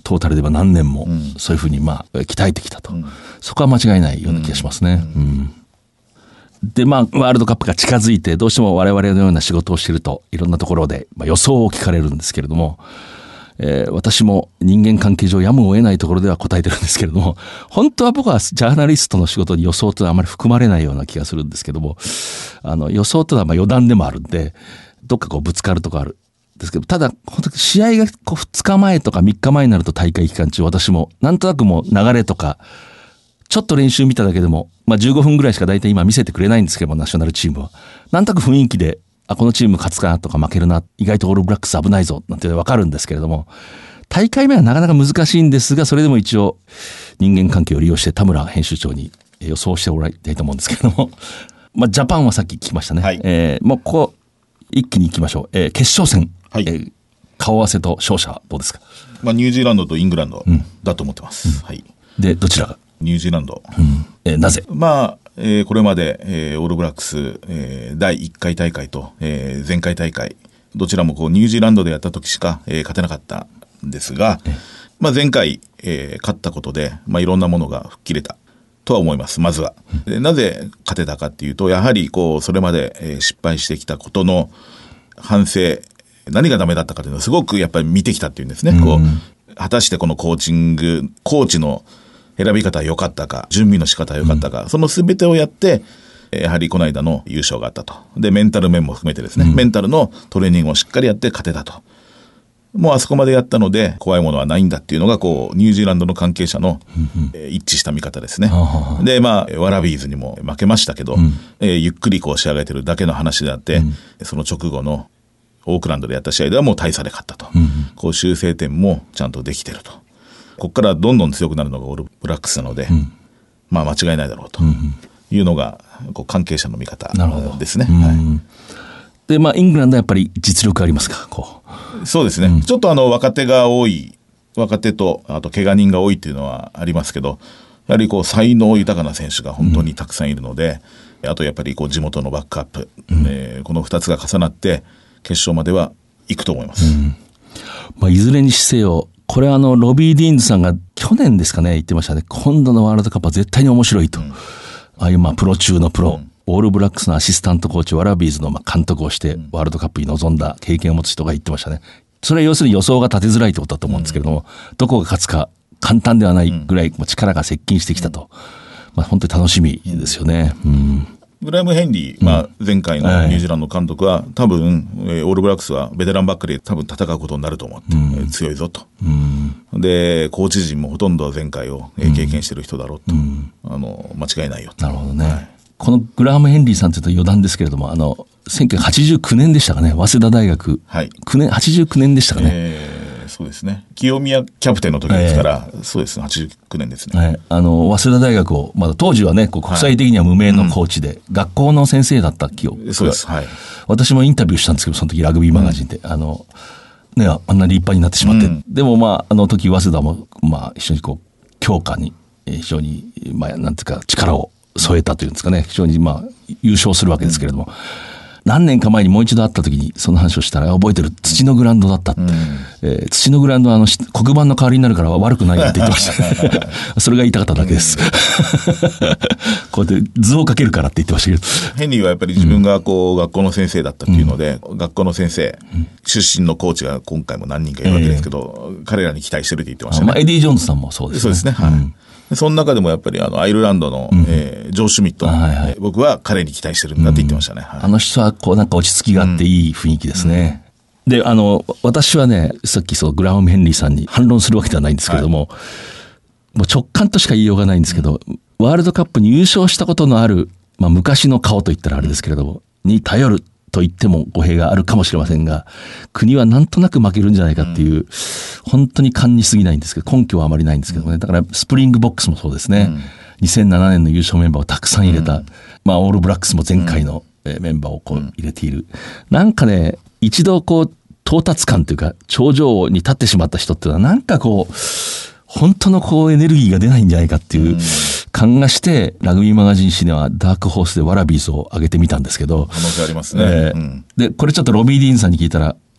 トータルでは何年もそういうふうにまあ鍛えてきたと、うん、そこは間違いないような気がしますね、うんうん、でまあワールドカップが近づいてどうしても我々のような仕事をしているといろんなところでまあ予想を聞かれるんですけれども、えー、私も人間関係上やむを得ないところでは答えてるんですけれども、本当は僕はジャーナリストの仕事に予想というのはあまり含まれないような気がするんですけども、あの予想というのはまあ予断でもあるんでどっかこうぶつかるとこあるですけど、ただ本当に試合がこうふつかまえとかみっかまえになると大会期間中私もなんとなくもう流れとかちょっと練習見ただけでも、まあじゅうごふんぐらいしか大体今見せてくれないんですけども、ナショナルチームはなんとなく雰囲気であこのチーム勝つかなとか負けるな、意外とオールブラックス危ないぞなんてわかるんですけれども、大会目はなかなか難しいんですが、それでも一応人間関係を利用して田村編集長に予想してもらいたいと思うんですけれどもまあジャパンはさっき聞きましたね、はい、えー、もうここ一気に行きましょう、えー、決勝戦、はい、えー、顔合わせと勝者どうですか？ まあ、ニュージーランドとイングランドだと思ってます、うんうん、はい、 でどちらが？ ニュージーランド、 うん、えー、なぜ？ まあえー、これまで、えー、オールブラックス、えー、だいいっかい大会と、えー、前回大会どちらもこうニュージーランドでやった時しか、えー、勝てなかったんですが、まあ、前回、えー、勝ったことで、まあ、いろんなものが吹っ切れたとは思います。まずはでなぜ勝てたかっていうと、やはりこうそれまで、えー、失敗してきたことの反省、何がダメだったかというのをすごくやっぱり見てきたっていうんですね、うん、こう果たしてこのコーチングコーチの選び方は良かったか、準備の仕方は良かったか、うん、その全てをやってやはりこの間の優勝があったと。でメンタル面も含めてですね、うん、メンタルのトレーニングをしっかりやって勝てたと。もうあそこまでやったので怖いものはないんだっていうのがこうニュージーランドの関係者の、うんうん、えー、一致した見方ですね。でまあワラビーズにも負けましたけど、うん、えー、ゆっくりこう仕上げてるだけの話であって、うん、その直後のオークランドでやった試合ではもう大差で勝ったと、うんうん、こう修正点もちゃんとできてると。ここからどんどん強くなるのがオールブラックスなので、うん、まあ間違いないだろうというのがこう関係者の見方ですね。はい、 でまあイングランドはやっぱり実力ありますか？こうそうですね、うん、ちょっとあの若手が多い、若手とあと怪我人が多いっていうのはありますけど、やはりこう才能豊かな選手が本当にたくさんいるので、うん、あとやっぱりこう地元のバックアップ、うん、えー、このふたつが重なって決勝までは行くと思います。うん、 まあ、いずれにせよこれはあのロビー・ディーンズさんが去年ですかね言ってましたね。今度のワールドカップは絶対に面白いと、うん、ああいうまあプロ中のプロ、うん、オールブラックスのアシスタントコーチワラビーズのまあ監督をしてワールドカップに臨んだ経験を持つ人が言ってましたね。それは要するに予想が立てづらいってことだと思うんですけれども、うん、どこが勝つか簡単ではないぐらい力が接近してきたと、まあ、本当に楽しみですよね。うん、 グライム・ヘンリー、まあ、前回のニュージーランドの監督は、うん、多分、えー、オールブラックスはベテランばっかりで多分戦うことになると思って、うん、えー、強いぞと、うん、でコーチ陣もほとんど前回を、えー、経験してる人だろうと、うん、あの間違いないよと。 なるほどね、はい、このグラハム・ヘンリーさんというと余談ですけれども、あのせんきゅうひゃくはちじゅうきゅうねんでしたかね、早稲田大学、はい、きゅうねんはちじゅうきゅうねんでしたかね、 えーそうですね、清宮キャプテンの時ですから、えー、そうですね、はちじゅうきゅうねんですね、 はい、あの早稲田大学をまだ当時はねこう国際的には無名のコーチで、はい、うん、学校の先生だった記憶、 そうです、はい、 私もインタビューしたんですけどその時ラグビーマガジンで、うん、あのね、あんなに立派になってしまって、うん、でもまああの時早稲田もまあ一緒にこう強化に非常にまあなんていうか力を添えたというんですかね、非常にまあ優勝するわけですけれども、うん、何年か前にもう一度会った時にその話をしたら、覚えてる、土のグラウンドだったって、うん、えー、土のグラウンドはあの黒板の代わりになるから悪くないよって言ってましたそれが言いたかっただけですこうやって図をかけるからって言ってましたけど、 ヘンリーはやっぱり自分がこう学校の先生だったっていうので、うん、学校の先生、うん、出身のコーチが今回も何人かいるわけですけど、えー、彼らに期待してるって言ってましたね。 まあ、エディ・ジョーンズさんもそうですね。 そうですね、はい、うん、その中でもやっぱりあのアイルランドの、うん、えー、ジョー・シュミット、はいはい、えー、僕は彼に期待してるんだって言ってましたね、うん、はい、あの人はこうなんか落ち着きがあっていい雰囲気ですね、うん、であの私はねさっきそうグラハム・ヘンリーさんに反論するわけではないんですけれども、はい、もう直感としか言いようがないんですけど、うん、ワールドカップに優勝したことのある、まあ、昔の顔といったらあれですけれども、うん、に頼ると言っても語弊があるかもしれませんが、国はなんとなく負けるんじゃないかっていう、うん、本当に勘に過ぎないんですけど、根拠はあまりないんですけどね。だからスプリングボックスもそうですね、うん、にせんななねんの優勝メンバーをたくさん入れた、うん、まあオールブラックスも前回のメンバーをこう入れている、うん、なんかね一度こう到達感というか頂上に立ってしまった人っていうのはなんかこう本当のこうエネルギーが出ないんじゃないかっていう感がして、ラグビーマガジン誌ではダークホースでワラビーズを上げてみたんですけど、 可能性ありますね、 えーうん、でこれちょっとロビー・ディーンさんに聞いたら、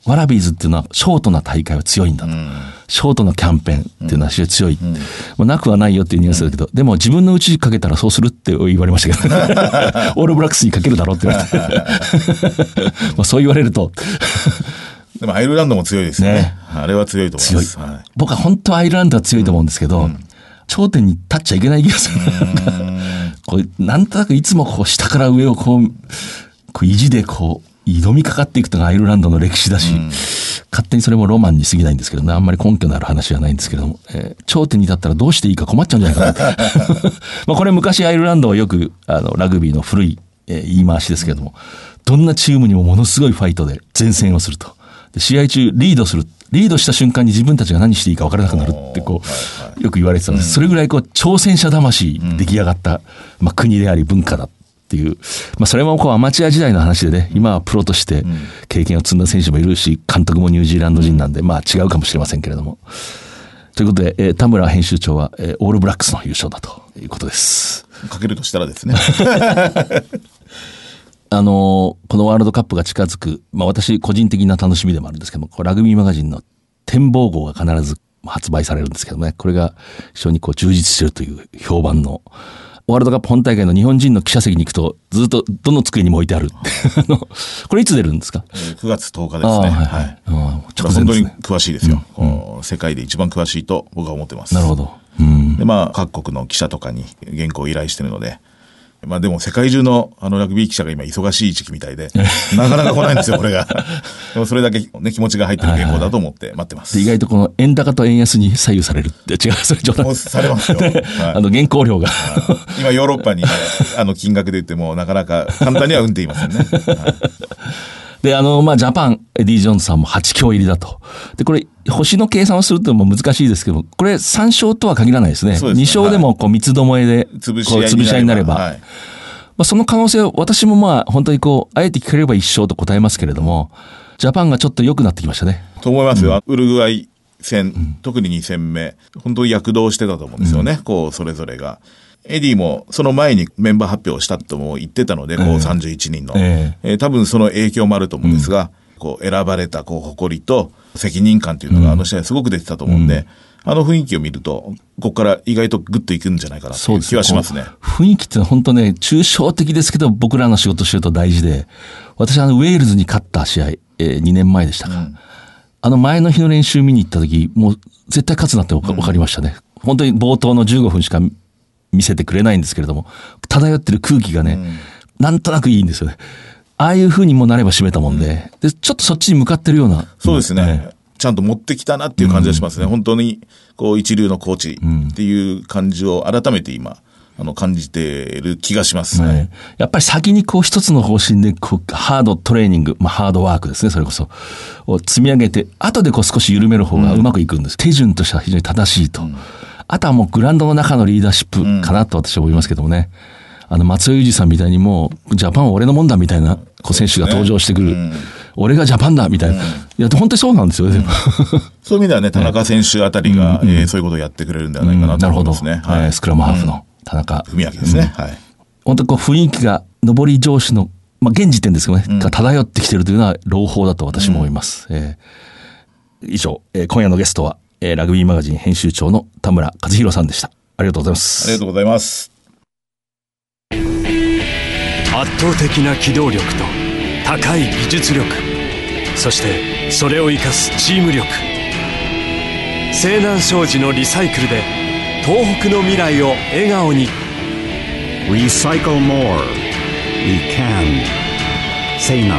ワラビーズっていうのはショートな大会は強いんだと。うん、ショートのキャンペーンっていうのは非常に強い。うんまあ、なくはないよっていうニュアンスだけど、うん、でも自分のうちかけたらそうするって言われましたけど、オールブラックスにかけるだろうって言われて。まあそう言われると。 でもアイルランドも強いですよね。ねあれは強いと思います。 強い。はい、僕は本当はアイルランドは強いと思うんですけど、うん、頂点に立っちゃいけない気がする。こうなんとなくいつもこう下から上をこう、こう意地でこう挑みかかっていくというのがアイルランドの歴史だし、うん、勝手にそれもロマンに過ぎないんですけどね、あんまり根拠のある話はないんですけども、えー、頂点に立ったらどうしていいか困っちゃうんじゃないかなってまあこれ昔アイルランドはよくあのラグビーの古い、えー、言い回しですけれども、どんなチームにもものすごいファイトで前線をすると。で試合中リードする。リードした瞬間に自分たちが何していいか分からなくなるってこう、はいはい、よく言われてたんです。それぐらいこう挑戦者魂出来上がった、まあ、国であり文化だっていう、まあそれもこうアマチュア時代の話でね、今はプロとして経験を積んだ選手もいるし、監督もニュージーランド人なんで、まあ違うかもしれませんけれども。ということで、えー、田村編集長は、えー、オールブラックスの優勝だということです。 かけるとしたらですね。 あのー、このワールドカップが近づく、まあ私個人的な楽しみでもあるんですけども、ラグビーマガジンの展望号が必ず発売されるんですけどね、これが非常にこう充実しているという評判の、ワールドカップ本大会の日本人の記者席に行くとずっとどの机にも置いてあるこれいつ出るんですか？ くがつとおかですね。はいはい。あ本当に詳しいですよ、うんうん、世界で一番詳しいと僕は思ってます。 なるほど。うん、 でまあ各国の記者とかに原稿を依頼してるので、まあでも世界中のあのラグビー記者が今忙しい時期みたいで、なかなか来ないんですよ、これが。でもそれだけね、気持ちが入ってる原稿だと思って待ってます。 はいはい、意外とこの円高と円安に左右されるって、違う、それ冗談。 されますよ。はい、 あの原稿料が。 今ヨーロッパに、あの金額で言ってもなかなか簡単には運っていませんね。はいで、あの、まあ、ジャパン、エディ・ジョーンズさんもはち強入りだと。で、これ、星の計算をするとも難しいですけども、これさん勝とは限らないですね。そうですね。に勝でも、こう、三つどもえで、こう、潰し合いになれば。はい、まあ、その可能性を、私もまあ、本当にこう、あえて聞かれればいち勝と答えますけれども、ジャパンがちょっと良くなってきましたね。 と思いますよ。うん、ウルグアイ戦、うん、特にに戦目、本当に躍動してたと思うんですよね。うん、こう、それぞれが。エディもその前にメンバー発表したとも言ってたので、こうさんじゅういちにんの、えーえー、多分その影響もあると思うんですが、うん、こう選ばれたこう誇りと責任感というのがあの試合すごく出てたと思うんで、うん、あの雰囲気を見ると、ここから意外とグッといくんじゃないかなという気はしますね。 雰囲気って本当ね、抽象的ですけど、僕らの仕事してると大事で、私はあのウェールズに勝った試合、えー、にねんまえでしたか、うん、あの前の日の練習見に行った時、もう絶対勝つなって分かりましたね。うん、本当に冒頭のじゅうごふんしか見せてくれないんですけれども、漂ってる空気がね、うん、なんとなくいいんですよね。ああいう風にもなれば締めたもんで、うん、でちょっとそっちに向かってるような。 そうですね。ねちゃんと持ってきたなっていう感じがしますね。うん、本当にこう一流のコーチっていう感じを改めて今あの感じている気がしますね。ねやっぱり先にこう一つの方針でこうハードトレーニング、まあハードワークですね、それこそを積み上げて、後でこう少し緩める方がうまくいくんです。うん、手順としては非常に正しいと。うんあとはもうグラウンドの中のリーダーシップかなと私は思いますけどもね。うん、あの松尾裕二さんみたいにもうジャパンは俺のもんだみたいなこう選手が登場してくる。うん、俺がジャパンだみたいな。うん、いや本当にそうなんですよね。うん、 そういう意味ではね、田中選手あたりが、うんえー、そういうことをやってくれるんではないかなと思いますね。 うん、なるほど、はい。スクラムハーフの田中文明ですね。うん、はい。 本当にこう雰囲気が上り調子の、まあ現時点ですけどね、うん、が漂ってきているというのは朗報だと私も思います。うんえー、以上、えー、今夜のゲストは、えー、ラグビーマガジン編集長の田村和弘さんでした。ありがとうございます。 ありがとうございます。 圧倒的な機動力と高い技術力、そしてそれを生かすチーム力。西南商事のリサイクルで東北の未来を笑顔に。 Recycle more. We can. 西南。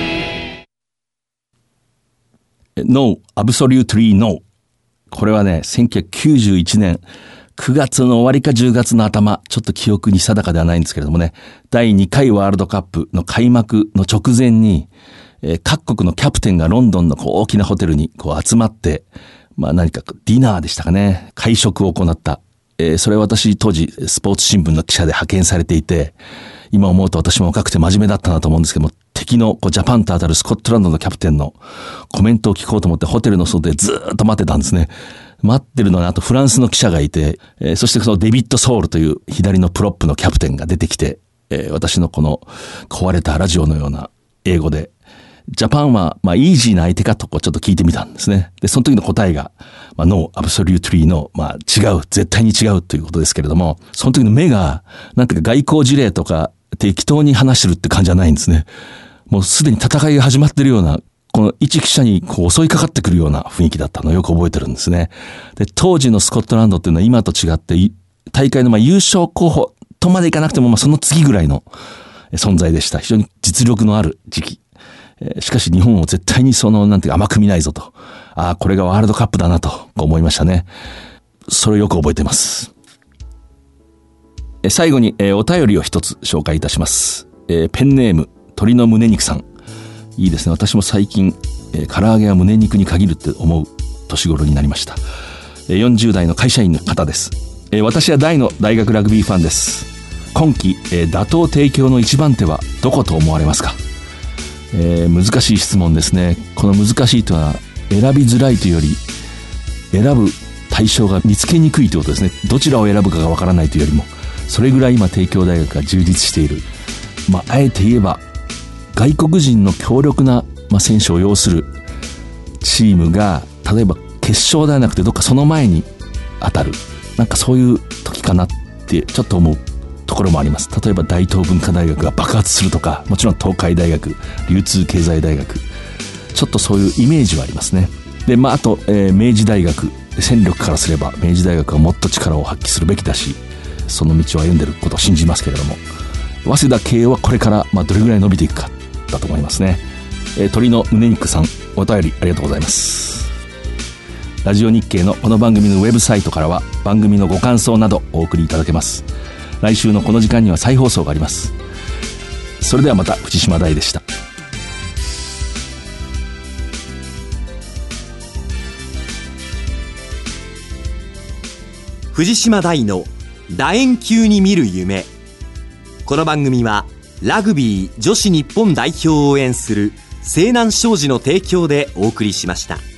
No, absolutely no。これはね、せんきゅうひゃくきゅうじゅういちねんくがつの終わりかじゅうがつの頭、ちょっと記憶に定かではないんですけれどもね、だいにかいワールドカップの開幕の直前に、えー、各国のキャプテンがロンドンのこう大きなホテルにこう集まって、まあ何かディナーでしたかね、会食を行った。えー、それは私当時スポーツ新聞の記者で派遣されていて、今思うと私も若くて真面目だったなと思うんですけども、敵のこうジャパンと当たるスコットランドのキャプテンのコメントを聞こうと思ってホテルの外でずーっと待ってたんですね。待ってるのにあとフランスの記者がいて、えー、そしてそのデビッド・ソウルという左のプロップのキャプテンが出てきて、えー、私のこの壊れたラジオのような英語でジャパンは、まあ、イージーな相手かとこうちょっと聞いてみたんですね。で、その時の答えが、まあ、ノー、アブソリュートリーの、まあ、違う、絶対に違うということですけれども、その時の目が、なんていうか外交事例とか適当に話してるって感じじゃないんですね。もうすでに戦いが始まってるような、この一記者にこう襲いかかってくるような雰囲気だったのをよく覚えてるんですね。で、当時のスコットランドっていうのは今と違って、大会のまあ優勝候補とまでいかなくても、まあその次ぐらいの存在でした。非常に実力のある時期。しかし日本を絶対にその、なんていうか甘く見ないぞと。ああ、これがワールドカップだなと思いましたね。それをよく覚えています。最後にお便りを一つ紹介いたします。ペンネーム、鳥の胸肉さん。いいですね。私も最近、唐揚げは胸肉に限るって思う年頃になりました。よんじゅう代の会社員の方です。私は大の大学ラグビーファンです。今季、打倒帝京の一番手はどこと思われますか？えー、難しい質問ですね。この難しいとは選びづらいというより選ぶ対象が見つけにくいということですね。どちらを選ぶかがわからないというよりもそれぐらい今帝京大学が充実している。まあ、あえて言えば外国人の強力な、まあ、選手を要するチームが例えば決勝ではなくてどっかその前に当たる。なんかそういう時かなってちょっと思うところもあります。例えば大東文化大学が爆発するとか、もちろん東海大学、流通経済大学、ちょっとそういうイメージはありますね。で、まああと、えー、明治大学、戦力からすれば明治大学はもっと力を発揮するべきだし、その道を歩んでいることを信じますけれども、早稲田慶応はこれからまあどれぐらい伸びていくかだと思いますね。えー、鳥の胸肉さん、お便りありがとうございます。ラジオ日経のこの番組のウェブサイトからは番組のご感想などお送りいただけます。来週のこの時間には再放送があります。それではまた、藤島大でした。 藤島大の楕円球に見る夢。この番組はラグビー女子日本代表を応援する西南商事の提供でお送りしました。